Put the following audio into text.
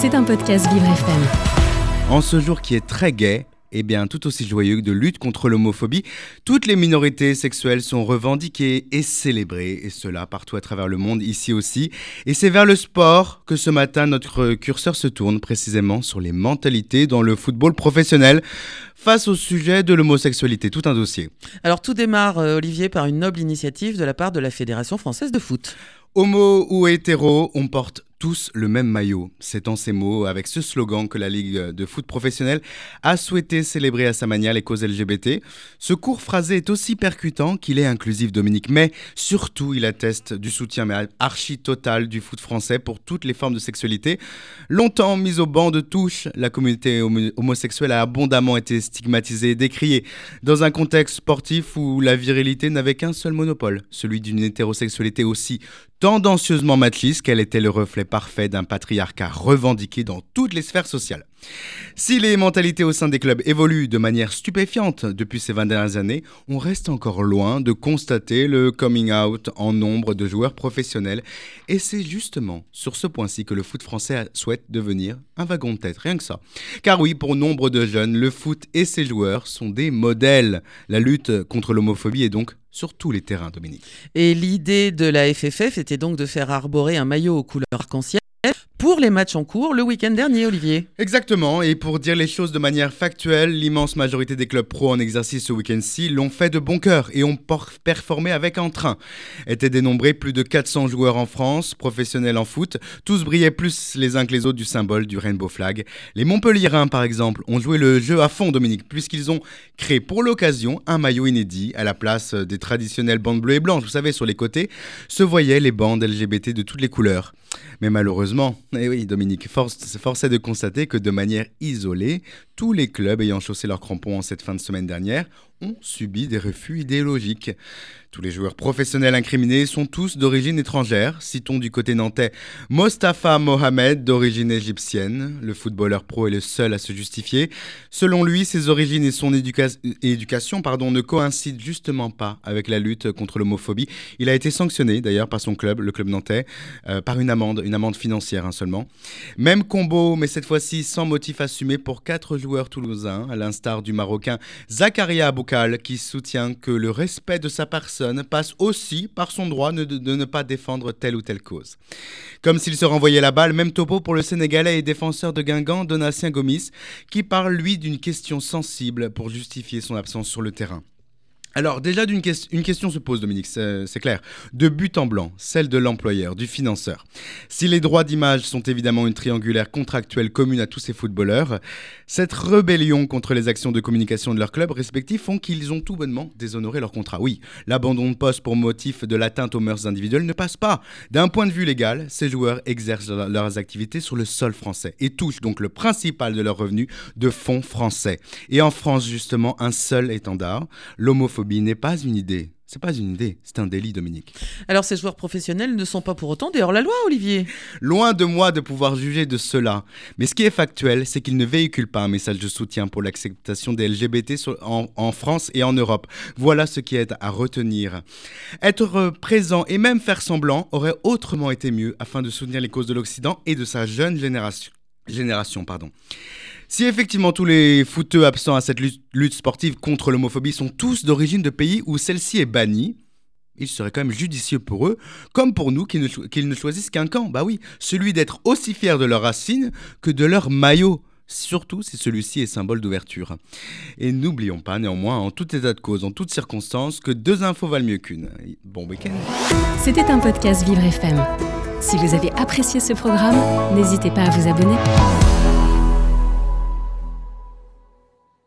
C'est un podcast Vivre FM. En ce jour qui est très gai, et bien tout aussi joyeux de lutte contre l'homophobie, toutes les minorités sexuelles sont revendiquées et célébrées, et cela partout à travers le monde, ici aussi. Et c'est vers le sport que ce matin notre curseur se tourne, précisément sur les mentalités dans le football professionnel face au sujet de l'homosexualité, tout un dossier. Alors tout démarre, Olivier, par une noble initiative de la part de la Fédération française de foot. Homo ou hétéro, on porte tous le même maillot. C'est en ces mots, avec ce slogan, que la Ligue de foot professionnelle a souhaité célébrer à sa manière les causes LGBT. Ce court phrasé est aussi percutant qu'il est inclusif, Dominique, mais surtout il atteste du soutien archi total du foot français pour toutes les formes de sexualité. Longtemps mise au banc de touche, la communauté homosexuelle a abondamment été stigmatisée et décriée dans un contexte sportif où la virilité n'avait qu'un seul monopole, celui d'une hétérosexualité aussi tendancieusement machiste qu'elle était le reflet parfait d'un patriarcat revendiqué dans toutes les sphères sociales. Si les mentalités au sein des clubs évoluent de manière stupéfiante depuis ces 20 dernières années, on reste encore loin de constater le coming out en nombre de joueurs professionnels. Et c'est justement sur ce point-ci que le foot français souhaite devenir un wagon de tête, rien que ça. Car oui, pour nombre de jeunes, le foot et ses joueurs sont des modèles. La lutte contre l'homophobie est donc sur tous les terrains, Dominique. Et l'idée de la FFF était donc de faire arborer un maillot aux couleurs arc-en-ciel pour les matchs en cours le week-end dernier, Olivier. Exactement, et pour dire les choses de manière factuelle, l'immense majorité des clubs pro en exercice ce week-end-ci l'ont fait de bon cœur et ont performé avec entrain. Étaient dénombrés plus de 400 joueurs en France, professionnels en foot, tous brillaient plus les uns que les autres du symbole du Rainbow Flag. Les Montpelliérains, par exemple, ont joué le jeu à fond, Dominique, puisqu'ils ont créé pour l'occasion un maillot inédit. À la place des traditionnelles bandes bleues et blanches, vous savez, sur les côtés, se voyaient les bandes LGBT de toutes les couleurs. Mais malheureusement, oui Dominique, force est de constater que de manière isolée, tous les clubs ayant chaussé leurs crampons en cette fin de semaine dernière ont subi des refus idéologiques. Tous les joueurs professionnels incriminés sont tous d'origine étrangère. Citons du côté nantais Mostafa Mohamed, d'origine égyptienne. Le footballeur pro est le seul à se justifier. Selon lui, ses origines et son éducation ne coïncident justement pas avec la lutte contre l'homophobie. Il a été sanctionné d'ailleurs par son club, le club nantais, par une amende financière seulement. Même combo, mais cette fois-ci sans motif assumé pour 4 joueurs toulousains, à l'instar du Marocain Zakaria Aboukal, qui soutient que le respect de sa personne passe aussi par son droit de ne pas défendre telle ou telle cause. Comme s'il se renvoyait la balle, même topo pour le Sénégalais et défenseur de Guingamp, Donatien Gomis, qui parle lui d'une question sensible pour justifier son absence sur le terrain. Alors déjà, une question se pose, Dominique, c'est clair. De but en blanc, celle de l'employeur, du financeur. Si les droits d'image sont évidemment une triangulaire contractuelle commune à tous ces footballeurs, cette rébellion contre les actions de communication de leurs clubs respectifs font qu'ils ont tout bonnement déshonoré leur contrat. Oui, l'abandon de poste pour motif de l'atteinte aux mœurs individuelles ne passe pas. D'un point de vue légal, ces joueurs exercent leurs activités sur le sol français et touchent donc le principal de leurs revenus de fonds français. Et en France, justement, un seul étendard, l'homophobie n'est pas une idée. C'est pas une idée, c'est un délit, Dominique. Alors ces joueurs professionnels ne sont pas pour autant des hors-la-loi, Olivier. Loin de moi de pouvoir juger de cela. Mais ce qui est factuel, c'est qu'ils ne véhiculent pas un message de soutien pour l'acceptation des LGBT en France et en Europe. Voilà ce qui est à retenir. Être présent et même faire semblant aurait autrement été mieux afin de soutenir les causes de l'Occident et de sa jeune génération. Si effectivement tous les footeux absents à cette lutte sportive contre l'homophobie sont tous d'origine de pays où celle-ci est bannie, il serait quand même judicieux pour eux, comme pour nous, qu'ils ne choisissent qu'un camp. Bah oui, celui d'être aussi fiers de leurs racines que de leur maillot. Surtout si celui-ci est symbole d'ouverture. Et n'oublions pas néanmoins, en tout état de cause, en toutes circonstances, que 2 infos valent mieux qu'une. Bon week-end. C'était un podcast Vivre FM. Si vous avez apprécié ce programme, n'hésitez pas à vous abonner.